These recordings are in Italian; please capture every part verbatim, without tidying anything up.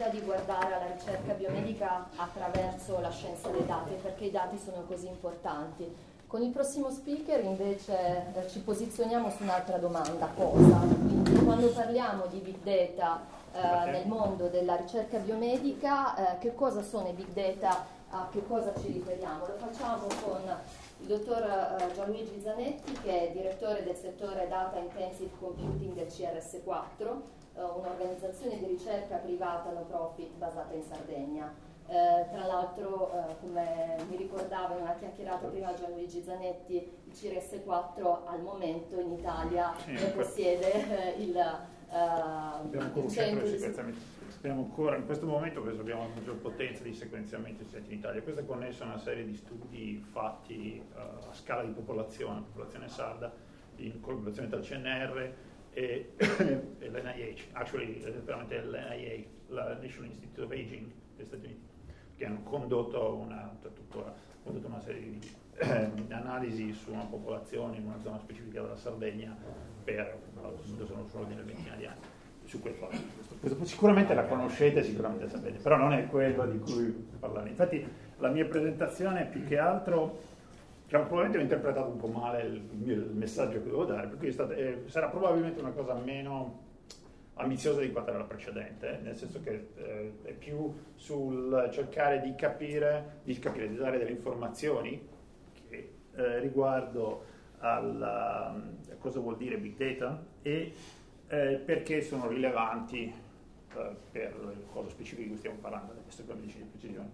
necessità di guardare alla ricerca biomedica attraverso la scienza dei dati, perché i dati sono così importanti. Con il prossimo speaker invece eh, ci posizioniamo su un'altra domanda, cosa? Quindi quando parliamo di big data eh, nel mondo della ricerca biomedica, eh, che cosa sono i big data, a che cosa ci riferiamo? Lo facciamo con il dottor eh, Gianluigi Zanetti, che è direttore del settore Data Intensive Computing del C R S quattro, eh, un'organizzazione di ricerca privata no profit basata in Sardegna. Eh, tra l'altro, eh, come mi ricordava in una chiacchierata prima Gianluigi Zanetti, il C R S quattro al momento in Italia sì, possiede eh, il, eh, abbiamo il centro di sequenziamento. Abbiamo ancora, in questo momento penso abbiamo la maggior potenza di sequenziamento in Italia. Questo è connesso a una serie di studi fatti uh, a scala di popolazione, popolazione sarda, in collaborazione tra il C N R e, e l'N I H, actually veramente l'N I H, la National Institute of Aging degli Stati Uniti, che hanno condotto una, tuttora, condotto una serie di eh, analisi su una popolazione in una zona specifica della Sardegna per, sono solo di una ventina di anni. Su questo, questo sicuramente la conoscete, sicuramente sapete, però non è quello di cui parlare. Infatti la mia presentazione più che altro, cioè, probabilmente ho interpretato un po' male il, il messaggio che devo dare, per cui è stata, eh, sarà probabilmente una cosa meno ambiziosa di quanto era la precedente, eh, nel senso che eh, è più sul cercare di capire, di capire, di dare delle informazioni che, eh, riguardo alla, a cosa vuol dire big data e Eh, perché sono rilevanti eh, per il cosa specifico di cui stiamo parlando, adesso per medicina di precisione.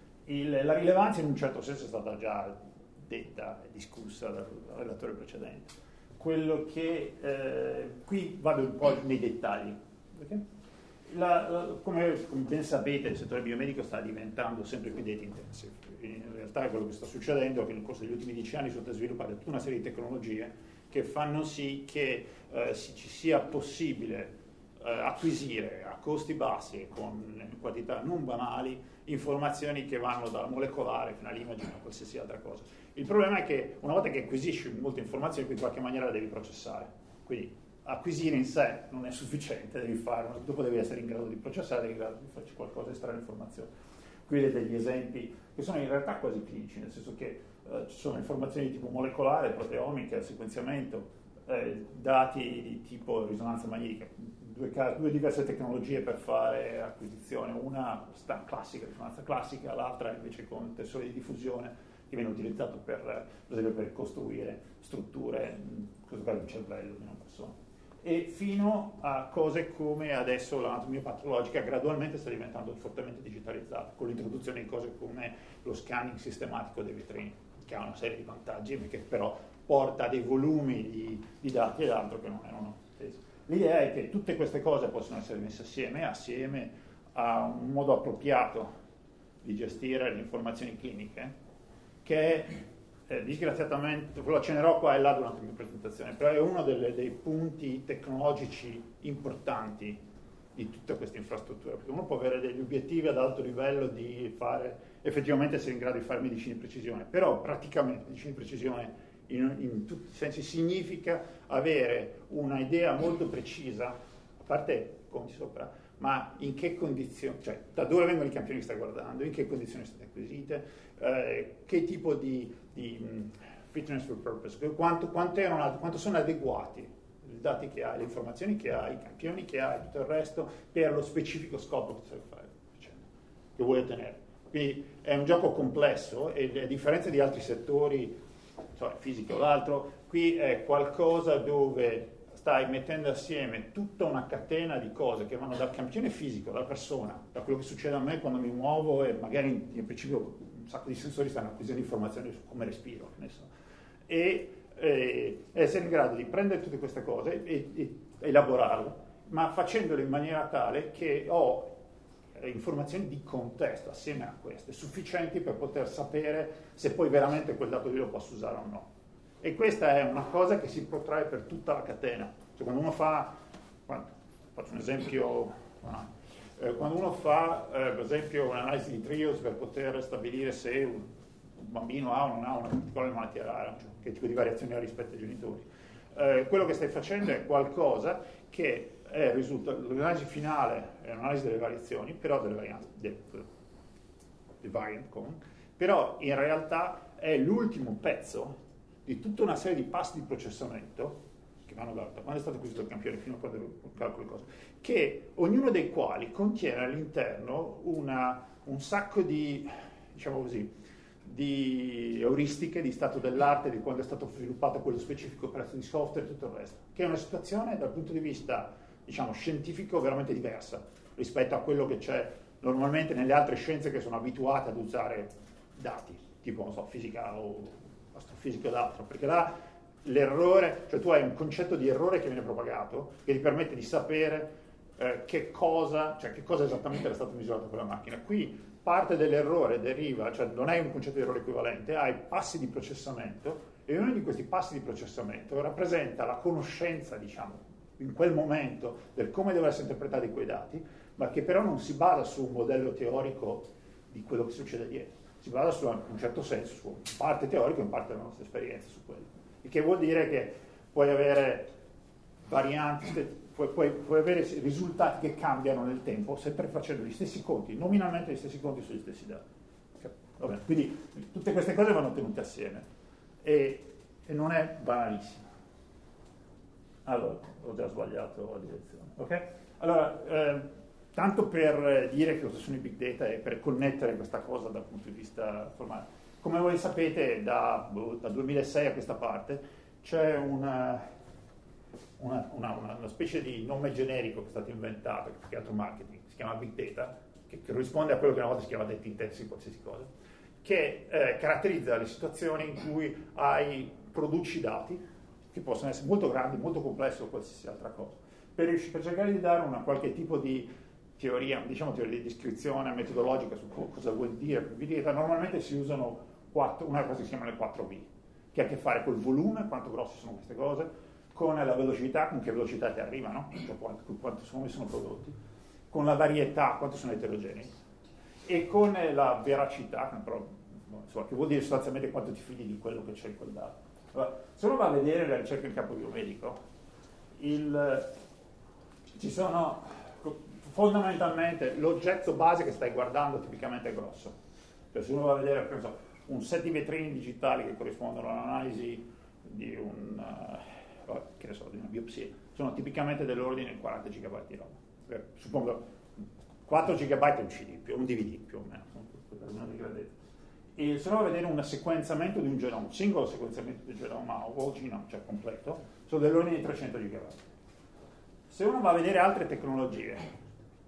Il, la rilevanza in un certo senso è stata già detta e discussa dal, dal relatore precedente. Quello che eh, qui vado un po' nei dettagli. Okay? La, la, come, come ben sapete, il settore biomedico sta diventando sempre più data intensive. In realtà quello che sta succedendo è che nel corso degli ultimi dieci anni sono state sviluppate tutta una serie di tecnologie che fanno sì che eh, si, ci sia possibile eh, acquisire a costi bassi e con quantità non banali informazioni che vanno dalla molecolare fino all'imaging a qualsiasi altra cosa. Il problema è che una volta che acquisisci molte informazioni, in qualche maniera le devi processare. Quindi acquisire in sé non è sufficiente, devi fare, dopo devi essere in grado di processare, devi in grado di farci qualcosa, estrarre informazioni. Qui vedete degli esempi che sono in realtà quasi clinici, nel senso che eh, ci sono informazioni di tipo molecolare, proteomica, sequenziamento, eh, dati di tipo risonanza magnetica, due, due diverse tecnologie per fare acquisizione, una sta classica, risonanza classica, l'altra invece con tensore di diffusione che viene utilizzato per, per esempio per costruire strutture, in questo caso il cervello di una persona. E fino a cose come adesso l'anatomia patologica gradualmente sta diventando fortemente digitalizzata, con l'introduzione di cose come lo scanning sistematico dei vetrini, che ha una serie di vantaggi, che però porta a dei volumi di, di dati ed altro che non erano attesi. L'idea è che tutte queste cose possono essere messe assieme, assieme a un modo appropriato di gestire le informazioni cliniche, che è Eh, disgraziatamente, ve lo accennerò qua e là durante la mia presentazione, però è uno delle, dei punti tecnologici importanti di tutta questa infrastruttura, perché uno può avere degli obiettivi ad alto livello di fare, effettivamente essere in grado di fare medicina di precisione, però praticamente medicina di precisione in, in tutti i sensi significa avere una idea molto precisa, a parte come sopra, ma in che condizioni, cioè da dove vengono i campioni che stai guardando, in che condizioni state acquisite, eh, che tipo di, di um, fitness for purpose, quanto, quanto, erano, quanto sono adeguati i dati che hai, le informazioni che hai, i campioni che hai, tutto il resto, per lo specifico scopo che stai facendo, che vuoi ottenere. Quindi è un gioco complesso e a differenza di altri settori, cioè fisica o l'altro, qui è qualcosa dove stai mettendo assieme tutta una catena di cose che vanno dal campione fisico, dalla persona, da quello che succede a me quando mi muovo e magari in, in principio un sacco di sensori stanno acquisendo informazioni su come respiro, ne so. e eh, essere in grado di prendere tutte queste cose e, e elaborarle, ma facendole in maniera tale che ho informazioni di contesto assieme a queste, sufficienti per poter sapere se poi veramente quel dato lì lo posso usare o no. E questa è una cosa che si protrae per tutta la catena. Cioè, quando uno fa, quando, faccio un esempio, no, eh, quando uno fa eh, per esempio un'analisi di trios per poter stabilire se un bambino ha o non ha una particolare malattia rara, cioè che tipo di variazioni ha rispetto ai genitori, eh, quello che stai facendo è qualcosa che è risultato, l'analisi finale è un'analisi delle variazioni, però delle varianze, del, del variant con, però in realtà è l'ultimo pezzo di tutta una serie di passi di processamento che vanno da quando è stato acquisito il campione fino a quando calcolo le cose, che ognuno dei quali contiene all'interno una, un sacco di, diciamo così, di euristiche, di stato dell'arte, di quando è stato sviluppato quello specifico pezzo di software e tutto il resto, che è una situazione dal punto di vista, diciamo, scientifico veramente diversa rispetto a quello che c'è normalmente nelle altre scienze che sono abituate ad usare dati, tipo, non so, fisica o astrofisica o altro, perché là l'errore, cioè tu hai un concetto di errore che viene propagato, che ti permette di sapere eh, che cosa, cioè che cosa esattamente era stato misurato con la macchina. Qui parte dell'errore deriva, cioè non hai un concetto di errore equivalente, hai passi di processamento e uno di questi passi di processamento rappresenta la conoscenza, diciamo, in quel momento del come devono essere interpretati quei dati, ma che però non si basa su un modello teorico di quello che succede dietro, si basa su, in un certo senso, su parte teorico e in parte della nostra esperienza su quello. Il che vuol dire che puoi avere varianti, puoi, puoi, puoi avere risultati che cambiano nel tempo, sempre facendo gli stessi conti, nominalmente gli stessi conti sugli stessi dati. Okay. Va bene. Quindi tutte queste cose vanno tenute assieme e, e non è banalissimo. Allora, ho già sbagliato la direzione. Okay? Allora, eh, tanto per dire che cosa sono i big data e per connettere questa cosa dal punto di vista formale. Come voi sapete, da, da duemilasei a questa parte c'è una, una, una, una specie di nome generico che è stato inventato, che è altro marketing, si chiama Big Data, che, che risponde a quello che una volta si chiamava data intensive, qualsiasi cosa, che eh, caratterizza le situazioni in cui hai, produci dati, che possono essere molto grandi, molto complessi o qualsiasi altra cosa, per, per cercare di dare una qualche tipo di teoria, diciamo teoria di descrizione metodologica su cosa vuol dire Big Data. Normalmente si usano quattro, una cosa che si chiama le quattro B, che ha a che fare col volume, quanto grosse sono queste cose, con la velocità, con che velocità ti arrivano, cioè quanto, quanto sono, sono prodotti, con la varietà, quanto sono eterogenei, e con la veracità, però, insomma, che vuol dire sostanzialmente quanto ti fidi di quello che c'è in quel dato. Allora, se uno va a vedere la ricerca in campo biomedico, il, ci sono fondamentalmente l'oggetto base che stai guardando tipicamente è grosso. Cioè, se uno va a vedere, per esempio, un set di vetrini digitali che corrispondono all'analisi di, un, uh, che ne so, di una biopsia, sono tipicamente dell'ordine di quaranta gigabyte di roba. Eh, suppongo quattro gigabyte è un C D, più, un D V D più o meno, e se uno va a vedere un sequenziamento di un genoma, un singolo sequenziamento di un genoma o whole genome, cioè completo, sono dell'ordine di trecento gigabyte. Se uno va a vedere altre tecnologie,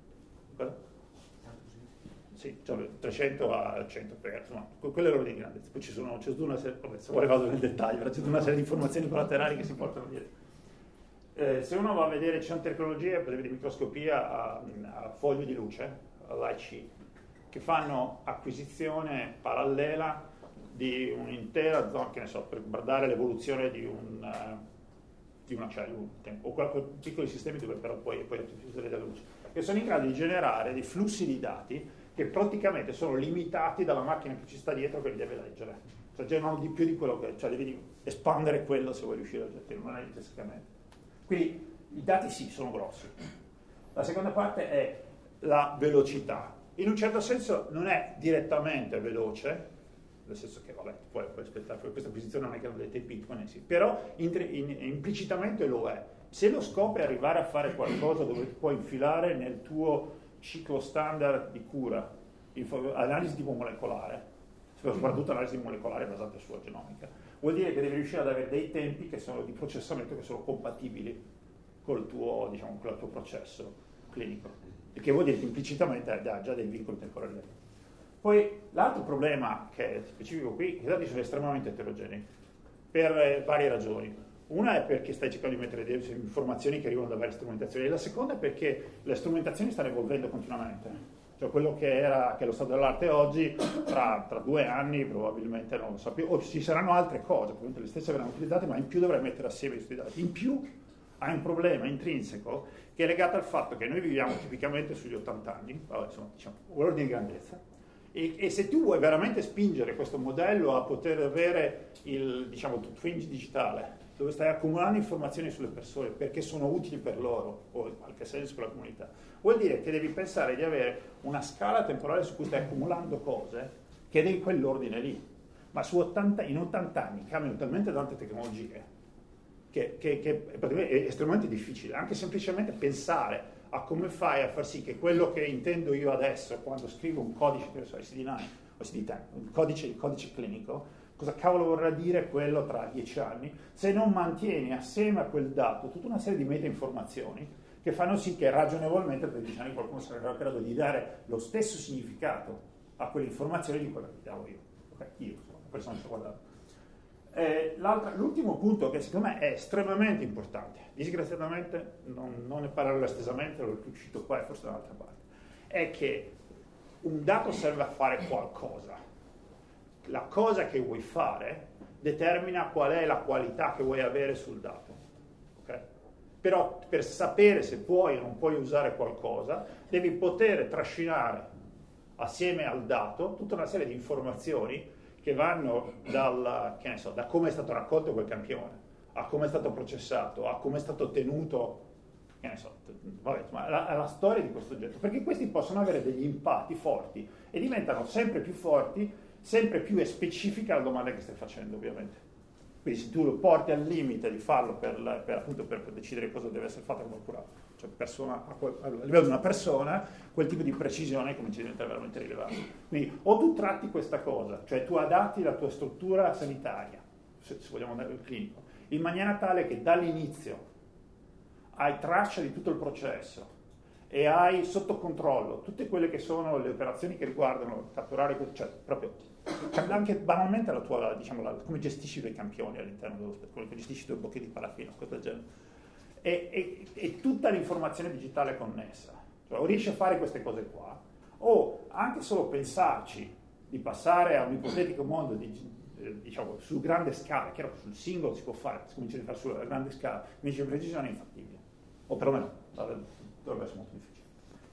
sì, cioè trecento a cento per, insomma, quello è l'ordine di grandezza. Poi ci sono, c'è tutta una serie, vabbè, se vuole vado nel dettaglio, c'è tutta una serie di informazioni collaterali che si portano dietro. Eh, se uno va a vedere, ci sono tecnologie, per esempio di microscopia a, a foglio di luce, a light sheet, che fanno acquisizione parallela di un'intera zona, che ne so, per guardare l'evoluzione di, un, uh, di una cellula, o qualche piccoli sistemi dove però poi, poi utilizzare la luce, che sono in grado di generare dei flussi di dati che praticamente sono limitati dalla macchina che ci sta dietro che li deve leggere. Cioè generano di più di quello che, cioè devi espandere quello se vuoi riuscire a gestire, non è necessariamente. Quindi i dati sì, sono grossi. La seconda parte è la velocità. In un certo senso non è direttamente veloce, nel senso che vabbè, puoi, puoi aspettare, questa acquisizione non è che hanno dei tempi infiniti, però in, in, implicitamente lo è. Se lo scopo è arrivare a fare qualcosa dove tu puoi infilare nel tuo ciclo standard di cura, analisi tipo molecolare, soprattutto analisi molecolare basata sulla genomica, vuol dire che devi riuscire ad avere dei tempi che sono di processamento che sono compatibili col tuo, diciamo, con il tuo processo clinico, il che vuol dire che implicitamente hai già dei vincoli temporali. Poi l'altro problema che è specifico qui è che i dati sono estremamente eterogenei per eh, varie ragioni. Una è perché stai cercando di mettere delle informazioni che arrivano da varie strumentazioni, e la seconda è perché le strumentazioni stanno evolvendo continuamente. Cioè quello che era che è lo stato dell'arte oggi, tra, tra due anni probabilmente non lo so più, o ci saranno altre cose, probabilmente le stesse verranno utilizzate, ma in più dovrai mettere assieme questi dati. In più hai un problema intrinseco che è legato al fatto che noi viviamo tipicamente sugli ottanta anni, vabbè, insomma, diciamo, ordine di grandezza, e, e se tu vuoi veramente spingere questo modello a poter avere il, diciamo, il twin digitale dove stai accumulando informazioni sulle persone perché sono utili per loro, o in qualche senso per la comunità, vuol dire che devi pensare di avere una scala temporale su cui stai accumulando cose che è in quell'ordine lì. Ma su ottanta, in ottanta anni cambiano talmente tante tecnologie che, che, che è, è estremamente difficile, anche semplicemente pensare a come fai a far sì che quello che intendo io adesso quando scrivo un codice, che ne so, I C D nove o I C D dieci, un codice, il codice clinico, cosa cavolo vorrà dire quello tra dieci anni, se non mantieni assieme a quel dato tutta una serie di meta-informazioni che fanno sì che ragionevolmente per dieci anni qualcuno sarà in grado di dare lo stesso significato a quelle informazioni di quello che davo io. Okay? Io, insomma, la persona che sto guardando. Eh, l'ultimo punto che secondo me è estremamente importante, disgraziatamente non, non ne parlerò estesamente, l'ho uscito qua e forse da un'altra parte, è che un dato serve a fare qualcosa. La cosa che vuoi fare determina qual è la qualità che vuoi avere sul dato. Okay? Però per sapere se puoi o non puoi usare qualcosa, devi poter trascinare assieme al dato tutta una serie di informazioni che vanno dal, che ne so, da come è stato raccolto quel campione, a come è stato processato, a come è stato tenuto, che ne so, vabbè, ma la, la storia di questo oggetto, perché questi possono avere degli impatti forti e diventano sempre più forti, sempre più specifica la domanda che stai facendo, ovviamente. Quindi se tu lo porti al limite di farlo per, per, appunto, per, per decidere cosa deve essere fatto come curato, cioè persona, a, quel, a livello di una persona, quel tipo di precisione comincia a diventare veramente rilevante. Quindi o tu tratti questa cosa, cioè tu adatti la tua struttura sanitaria, se, se vogliamo andare al clinico, in maniera tale che dall'inizio hai traccia di tutto il processo e hai sotto controllo tutte quelle che sono le operazioni che riguardano catturare, cioè proprio anche banalmente la tua, diciamo, la, come gestisci i tuoi campioni all'interno dello spettacolo, come gestisci i tuoi bocchi di paraffina, cose del genere. E, e, e tutta l'informazione digitale connessa. Cioè, o riesci a fare queste cose qua, o anche solo pensarci di passare a un ipotetico mondo di, eh, diciamo, su grande scala, chiaro che sul singolo si può fare, si comincia a fare sulla grande scala, invece di precisione è infattibile. O perlomeno dovrebbe essere molto difficile.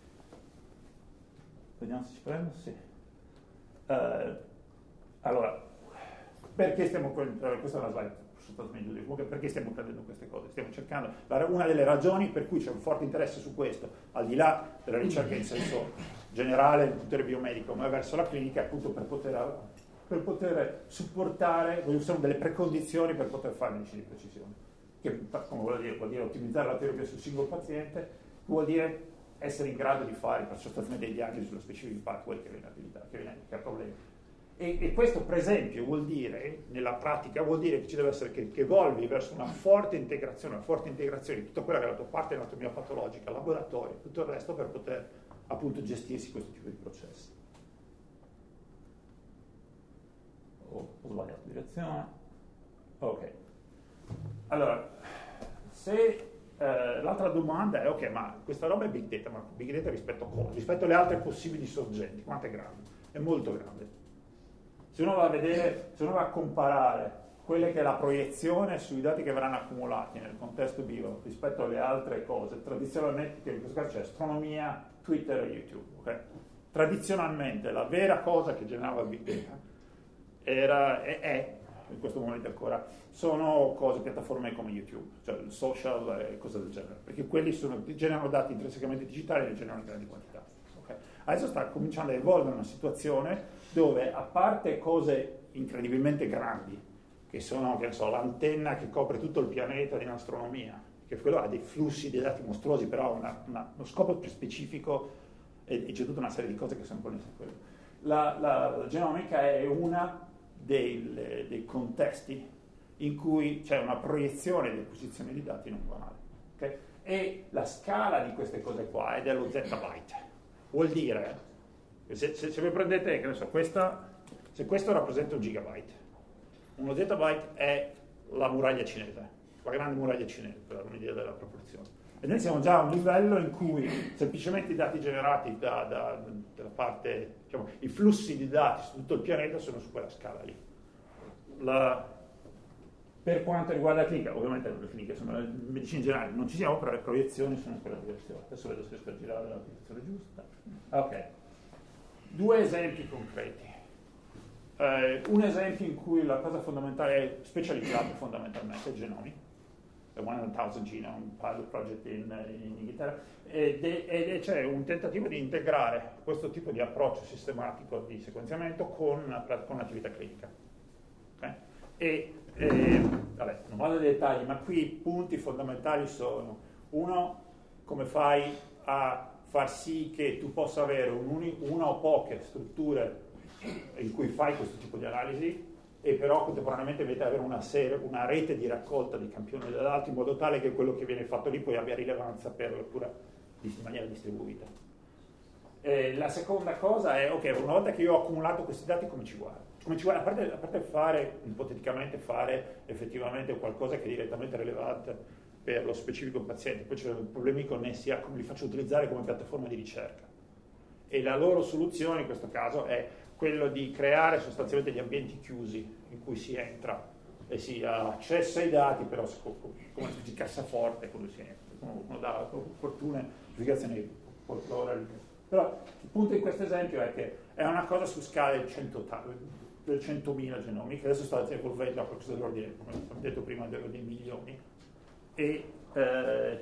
Vediamo se ci prendo, sì. Uh, allora, perché stiamo, questa è una slide, comunque perché stiamo prendendo queste cose? Stiamo cercando, una delle ragioni per cui c'è un forte interesse su questo, al di là della ricerca in senso generale, il potere biomedico, ma verso la clinica, appunto per poter, per poter supportare, sono delle precondizioni per poter fare medici di precisione, che come vuol dire? Vuol dire ottimizzare la terapia sul singolo paziente, vuol dire essere in grado di fare per sostanzialmente dei diagnosi sullo specifico pathway che viene attività, che, viene, che ha problemi. E, e questo, per esempio, vuol dire, nella pratica, vuol dire che ci deve essere, che, che evolvi verso una forte integrazione, una forte integrazione di tutta quella che è la tua parte dell'anatomia patologica, laboratorio, tutto il resto per poter, appunto, gestirsi questo tipo di processi. Oh, ho sbagliato direzione. Ok. Allora, se... Uh, l'altra domanda è, ok, ma questa roba è big data, ma big data rispetto a cosa? Rispetto alle altre possibili sorgenti, quanto è grande? È molto grande. Se uno va a vedere, se uno va a comparare quella che è la proiezione sui dati che verranno accumulati nel contesto bio rispetto alle altre cose, tradizionalmente, che in questo caso c'è astronomia, Twitter e YouTube, okay? Tradizionalmente la vera cosa che generava big data era, è, è in questo momento ancora, sono cose, piattaforme come YouTube, cioè il social e cose del genere, perché quelli sono, generano dati intrinsecamente digitali e li generano in grandi quantità. Okay? Adesso sta cominciando a evolvere una situazione dove, a parte cose incredibilmente grandi, che sono, che ne so, l'antenna che copre tutto il pianeta di astronomia, che quello ha dei flussi di dati mostruosi, però ha una, una, uno scopo più specifico e, e c'è tutta una serie di cose che sono connesse a quello. La, la, la genomica è una Dei, dei contesti in cui c'è una proiezione di acquisizione di dati non banale, okay? E la scala di queste cose qua è dello zettabyte, vuol dire se, se, se voi prendete, che ne so, questa, se questo rappresenta un gigabyte, uno zettabyte è la muraglia cinese, la grande muraglia cinese, per dare un'idea della proporzione. E noi siamo già a un livello in cui semplicemente i dati generati da, da, dalla parte, diciamo, i flussi di dati su tutto il pianeta sono su quella scala lì. La, per quanto riguarda la clinica, ovviamente le cliniche sono la medicina in generale, non ci siamo, però le proiezioni sono in quella direzione. Adesso vedo se riesco a girare la direzione giusta. Ok. Due esempi concreti. Eh, un esempio in cui la cosa fondamentale è specializzato fondamentalmente, i genomi, the one thousand Genome Pilot Project in, in Inghilterra, ed, ed c'è un tentativo di integrare questo tipo di approccio sistematico di sequenziamento con, con l'attività clinica. Okay? E, e vabbè, non vado nei dettagli, ma qui i punti fondamentali sono: uno, come fai a far sì che tu possa avere un una o poche strutture in cui fai questo tipo di analisi, e però contemporaneamente dovete avere una, serie, una rete di raccolta di campioni da dati in modo tale che quello che viene fatto lì poi abbia rilevanza per la cura in maniera distribuita. E la seconda cosa è, ok, una volta che io ho accumulato questi dati, come ci guardo? Come ci guardo? A parte, a parte fare, ipoteticamente fare effettivamente qualcosa che è direttamente rilevante per lo specifico paziente, poi c'è problemi connessi a come li faccio utilizzare come piattaforma di ricerca. E la loro soluzione in questo caso è quello di creare sostanzialmente degli ambienti chiusi in cui si entra e si ha accesso ai dati, però come una specie di cassaforte quando si entra, uno dà opportune giudicazioni. Però il punto in questo esempio è che è una cosa su scale del centomila genomi, che adesso sta evolvendo a qualcosa dell'ordine, come ho detto prima, dei milioni. E eh,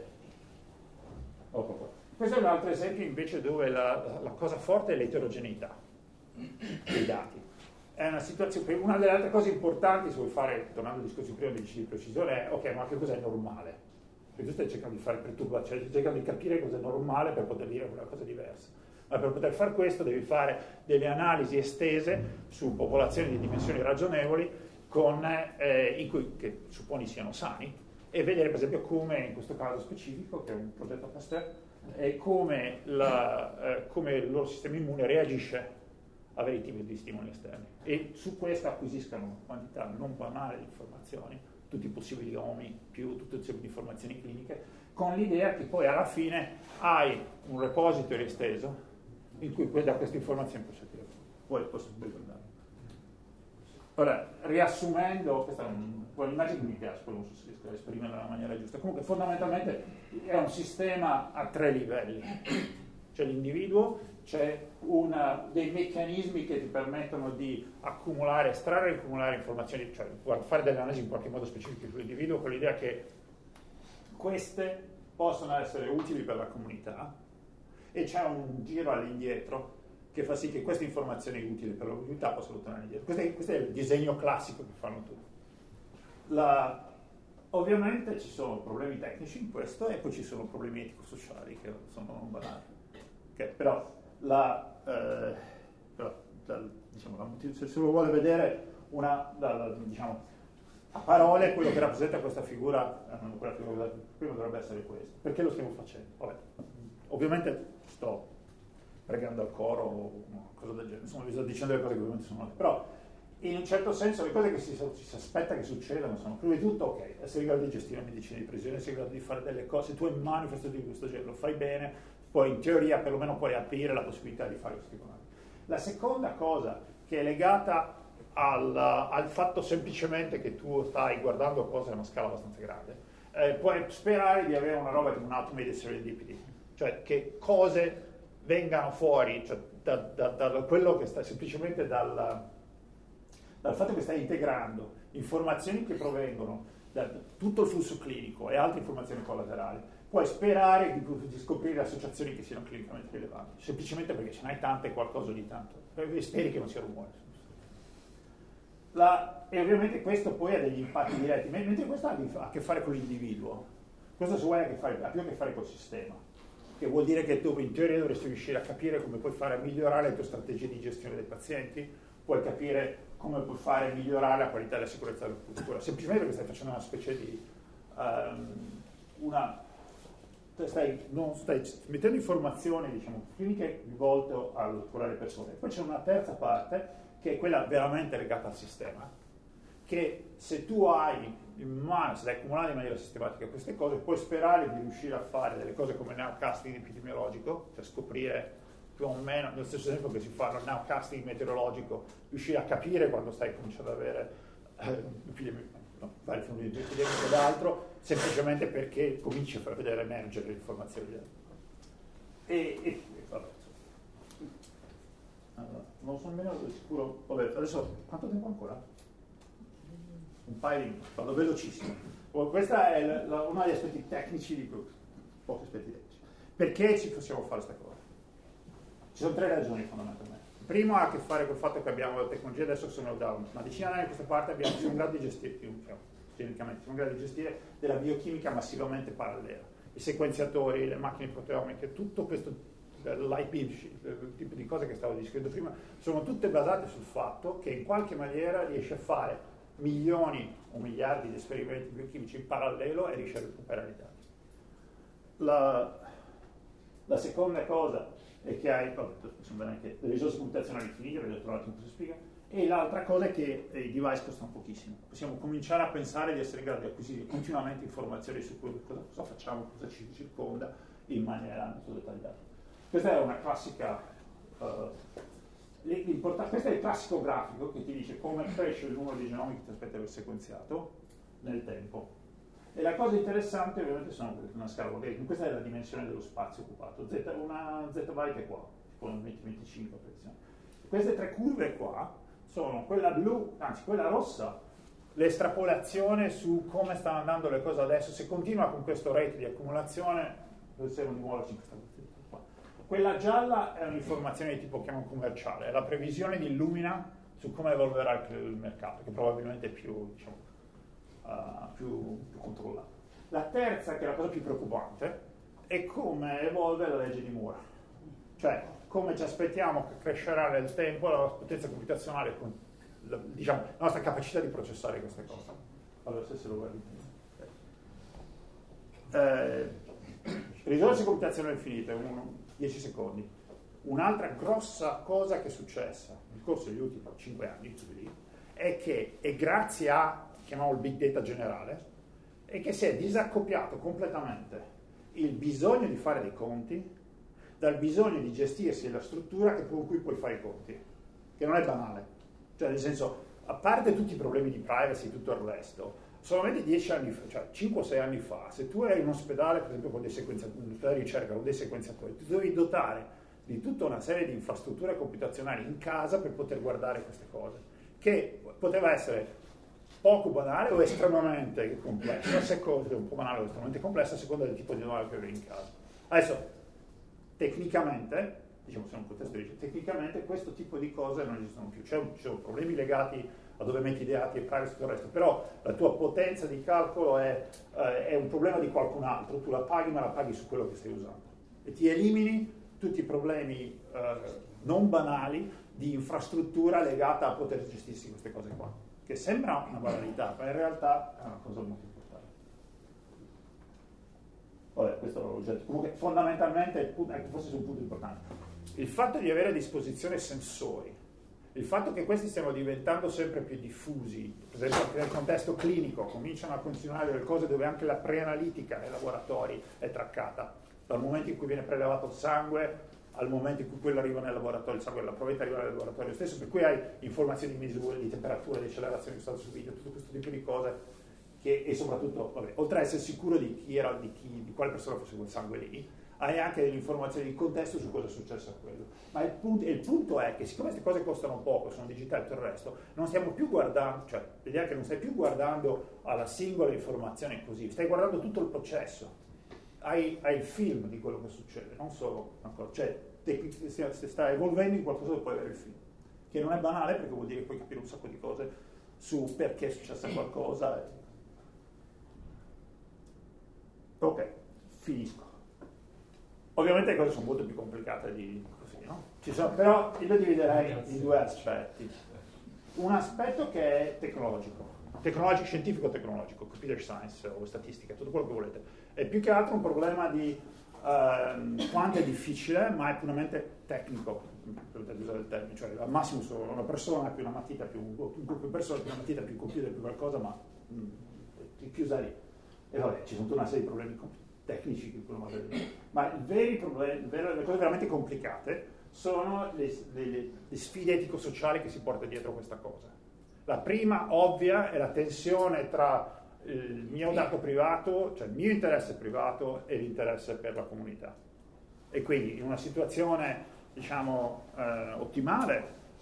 oh, oh, oh. Questo è un altro esempio invece dove la, la cosa forte è l'eterogeneità dei dati. È una situazione, una delle altre cose importanti, se vuoi fare, tornando al discorso prima di precisione, è ok, ma che cos'è normale? Perché tu stai cercando di fare perturbazione, cioè stai cercando di capire cos'è normale per poter dire una cosa diversa. Ma per poter fare questo devi fare delle analisi estese su popolazioni di dimensioni ragionevoli con, eh, in cui, che supponi siano sani, e vedere per esempio come in questo caso specifico, che è un progetto Pasteur, e come, la, eh, come il loro sistema immune reagisce a vari tipi di stimoli esterni, e su questo acquisiscano una quantità non banale di informazioni, tutti i possibili omi più tutto il tipo di informazioni cliniche, con l'idea che poi alla fine hai un repository esteso in cui da queste informazioni puoi scegliere poi posso andare. Ora, riassumendo, questa è un'immagine che mi piace, poi non so se riesco a esprimerla nella maniera giusta. Comunque fondamentalmente è un sistema a tre livelli. C'è l'individuo, c'è una, dei meccanismi che ti permettono di accumulare, estrarre e accumulare informazioni, cioè fare delle analisi in qualche modo specifiche sull'individuo, con l'idea che queste possono essere utili per la comunità, e c'è un giro all'indietro che fa sì che queste informazioni utili per la comunità possano tornare indietro. Questo è, questo è il disegno classico che fanno tutti. La, ovviamente ci sono problemi tecnici in questo, e poi ci sono problemi etico-sociali che sono non banali. Okay, però, la, eh, però la, diciamo, la, se si vuole vedere una, la, la, diciamo, a parole, quello che rappresenta questa figura, eh, quella figura prima dovrebbe essere questo. Perché lo stiamo facendo? Vabbè, ovviamente sto pregando al coro o cosa del genere, insomma vi sto dicendo le cose che ovviamente sono note, però in un certo senso le cose che si, ci si aspetta che succedano sono prima di tutto, ok, essere in grado di gestire la medicina di precisione, essere in grado di fare delle cose, se tu hai in mano di questo genere, lo fai bene, poi in teoria perlomeno puoi aprire la possibilità di fare questo tipo di cose. La seconda cosa che è legata al, al fatto semplicemente che tu stai guardando cose a una scala abbastanza grande, eh, puoi sperare di avere una roba come un automated serendipity, cioè che cose vengano fuori, cioè da, da, da quello che sta semplicemente dal, dal fatto che stai integrando informazioni che provengono da tutto il flusso clinico e altre informazioni collaterali, puoi sperare di, di scoprire associazioni che siano clinicamente rilevanti, semplicemente perché ce n'hai tante qualcosa di tanto, e speri che non sia rumore. La, e ovviamente questo poi ha degli impatti diretti, mentre questo ha a che fare con l'individuo, questo se vuoi ha, che fare, ha più a che fare col sistema, che vuol dire che tu in teoria dovresti riuscire a capire come puoi fare a migliorare le tue strategie di gestione dei pazienti, puoi capire come puoi fare a migliorare la qualità e la sicurezza della cultura, semplicemente perché stai facendo una specie di um, una stai, non, stai mettendo informazioni, diciamo, cliniche rivolte al curare le persone. Poi c'è una terza parte che è quella veramente legata al sistema, che se tu hai in mano, se le accumulare in maniera sistematica queste cose, puoi sperare di riuscire a fare delle cose come nowcasting epidemiologico, cioè scoprire più o meno, nello stesso tempo che si fa il nowcasting meteorologico, riuscire a capire quando stai cominciando ad avere eh, epidemie, no, vari fenomeni epidemici ed altro, semplicemente perché cominci a far vedere emergere le informazioni. E, e vabbè, allora, non sono nemmeno sicuro. Vabbè, adesso quanto tempo ancora? Un paio di minuti, vado velocissimo. Questo è la, uno degli aspetti tecnici di Brooks, pochi aspetti tecnici. Perché ci possiamo fare questa cosa? Ci sono tre ragioni fondamentalmente. Il primo ha a che fare col fatto che abbiamo la tecnologia adesso sono da una decina di anni a questa parte abbiamo, siamo in grado di gestire, genericamente, siamo in grado di gestire della biochimica massivamente parallela. I sequenziatori, le macchine proteomiche, tutto questo, l'I P, il tipo di cose che stavo descrivendo prima, sono tutte basate sul fatto che in qualche maniera riesce a fare milioni o miliardi di esperimenti biochimici in parallelo e riesce a recuperare i dati. La, la seconda cosa è che hai anche le risorse computazionali finite, ve le ho trovate in questo spiega, e l'altra cosa è che i device costano pochissimo. Possiamo cominciare a pensare di essere in grado di acquisire continuamente informazioni su cosa, cosa facciamo, cosa ci circonda in maniera molto dettagliata. Questa è una classica, uh, questo è il classico grafico che ti dice come cresce il numero di genomi che ti aspetta di aver sequenziato nel tempo. E la cosa interessante ovviamente sono una scala logarifmica, questa è la dimensione dello spazio occupato, Z, una zettabyte è qua, tipo un venti venticinque per esempio. Queste tre curve qua sono quella blu, anzi quella rossa, l'estrapolazione su come stanno andando le cose adesso, se continua con questo rate di accumulazione, possiamo di muoverci in questa qua. Quella gialla è un'informazione di tipo chiamo commerciale, è la previsione di Illumina su come evolverà il, il mercato, che probabilmente è più, diciamo, Uh, più, più controllato. La terza, che è la cosa più preoccupante, è come evolve la legge di Moore, cioè come ci aspettiamo che crescerà nel tempo la nostra potenza computazionale, con, la, diciamo, la nostra capacità di processare queste cose. Allora, se se lo guardi eh, risorse computazionali infinite, dieci secondi. Un'altra grossa cosa che è successa nel corso degli ultimi cinque anni è che, e grazie a chiamiamolo il big data generale, è che si è disaccoppiato completamente il bisogno di fare dei conti dal bisogno di gestirsi la struttura con cui puoi fare i conti, che non è banale. Cioè, nel senso, a parte tutti i problemi di privacy e tutto il resto, solamente dieci anni fa, cioè cinque o sei anni fa, se tu eri in un ospedale, per esempio con dei sequenziatori, un ospedale di ricerca con dei sequenziatori, ti dovevi dotare di tutta una serie di infrastrutture computazionali in casa per poter guardare queste cose, che poteva essere poco banale o estremamente complessa, secondo, un po' banale o estremamente complessa a seconda del tipo di domanda che avevi in casa. Adesso, tecnicamente, diciamo se è un contesto dice, tecnicamente questo tipo di cose non esistono più, c'è ci sono problemi legati a dove metti i dati e privacy e tutto il resto, però la tua potenza di calcolo è, eh, è un problema di qualcun altro, tu la paghi ma la paghi su quello che stai usando e ti elimini tutti i problemi eh, non banali di infrastruttura legata a poter gestirsi queste cose qua, che sembra una banalità, ma in realtà è una cosa molto importante. Vabbè, questo l'ho già detto. Comunque, fondamentalmente, il punto, ecco, forse è un punto importante. Il fatto di avere a disposizione sensori, il fatto che questi stiano diventando sempre più diffusi, per esempio nel contesto clinico, cominciano a continuare delle cose dove anche la preanalitica nei laboratori è traccata, dal momento in cui viene prelevato il sangue al momento in cui quello arriva nel laboratorio, il sangue della provetta arriva nel laboratorio stesso, per cui hai informazioni di misure, di temperatura, di accelerazione che sono su video, tutto questo tipo di cose, che, e soprattutto, vabbè, oltre a essere sicuro di chi era, di, chi, di quale persona fosse quel sangue lì, hai anche delle informazioni di contesto su cosa è successo a quello. Ma il punto, il punto è che siccome queste cose costano poco, sono digitali e tutto il resto, non stiamo più guardando, cioè l'idea è che non stai più guardando alla singola informazione così, stai guardando tutto il processo. Hai, hai il film di quello che succede, non solo una cosa, cioè te, si sta evolvendo in qualcosa dove puoi avere il film, che non è banale perché vuol dire che puoi capire un sacco di cose su perché è successa qualcosa. E... ok, finisco. Ovviamente le cose sono molto più complicate di così, no? Ci sono, però io lo dividerei in due aspetti. Un aspetto che è tecnologico, tecnologico, scientifico-tecnologico, computer science o statistica, tutto quello che volete. È più che altro un problema di uh, quanto è difficile, ma è puramente tecnico, per usare il termine, cioè al massimo sono una persona più una matita, più un gruppo di persone, più una matita, più un computer, più qualcosa, ma mh, è chiusa lì. E vabbè, ci sono tutta una serie di problemi tecnici che quello ma i veri problemi, le cose veramente complicate sono le, le, le sfide etico-sociali che si porta dietro questa cosa. La prima, ovvia, è la tensione tra il mio dato privato, cioè il mio interesse privato e l'interesse per la comunità. E quindi in una situazione, diciamo, eh, ottimale,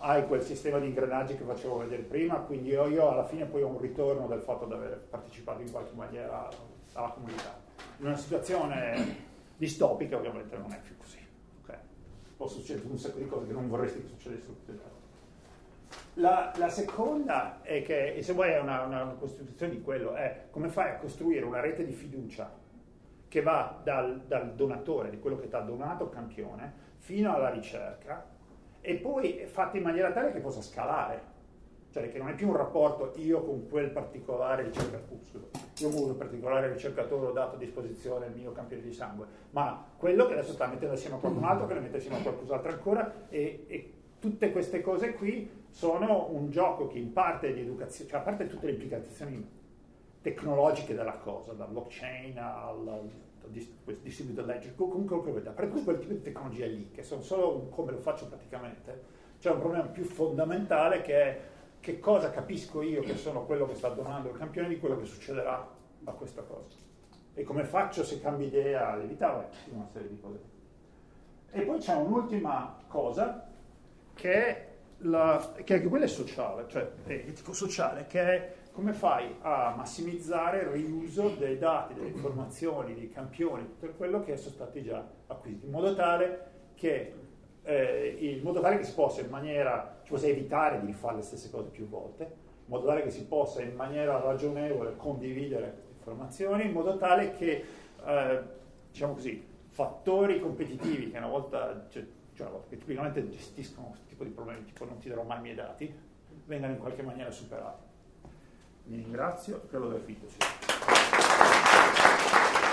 hai quel sistema di ingranaggi che facevo vedere prima, quindi io, io alla fine poi ho un ritorno del fatto di aver partecipato in qualche maniera alla comunità. In una situazione distopica ovviamente non è più così. Okay? Può succedere un sacco di cose che non vorresti che succedessero più tardi. La, la seconda è che, e se vuoi è una, una, una costituzione di quello, è come fai a costruire una rete di fiducia che va dal, dal donatore, di quello che ti ha donato campione, fino alla ricerca, e poi fatta in maniera tale che possa scalare, cioè che non è più un rapporto io con quel particolare ricercatore, io con quel particolare ricercatore ho dato a disposizione il mio campione di sangue, ma quello che adesso sta mettendo assieme a qualcun altro, che ne mette assieme a qualcos'altro ancora, e, e tutte queste cose qui sono un gioco che in parte di educazione, cioè a parte tutte le implicazioni tecnologiche della cosa, dal blockchain al distributed ledger, comunque a parte quel tipo di tecnologia lì, che sono solo come lo faccio praticamente, c'è un problema più fondamentale che è che cosa capisco io che sono quello che sta donando il campione di quello che succederà a questa cosa, e come faccio se cambio idea ad evitare una serie di cose. E poi c'è un'ultima cosa che è, la, che anche quella è sociale, cioè è etico-sociale, che è come fai a massimizzare il riuso dei dati, delle informazioni, dei campioni, tutto quello che sono stati già acquisiti, in modo tale che, eh, in modo tale che si possa in maniera, ci possa evitare di rifare le stesse cose più volte, in modo tale che si possa in maniera ragionevole condividere queste informazioni, in modo tale che, eh, diciamo così, fattori competitivi che una volta, cioè, cioè una volta che tipicamente gestiscono questo tipo di problemi, tipo non ti darò mai i miei dati, vengano in qualche maniera superati. Vi ringrazio, credo di aver finito. Sì.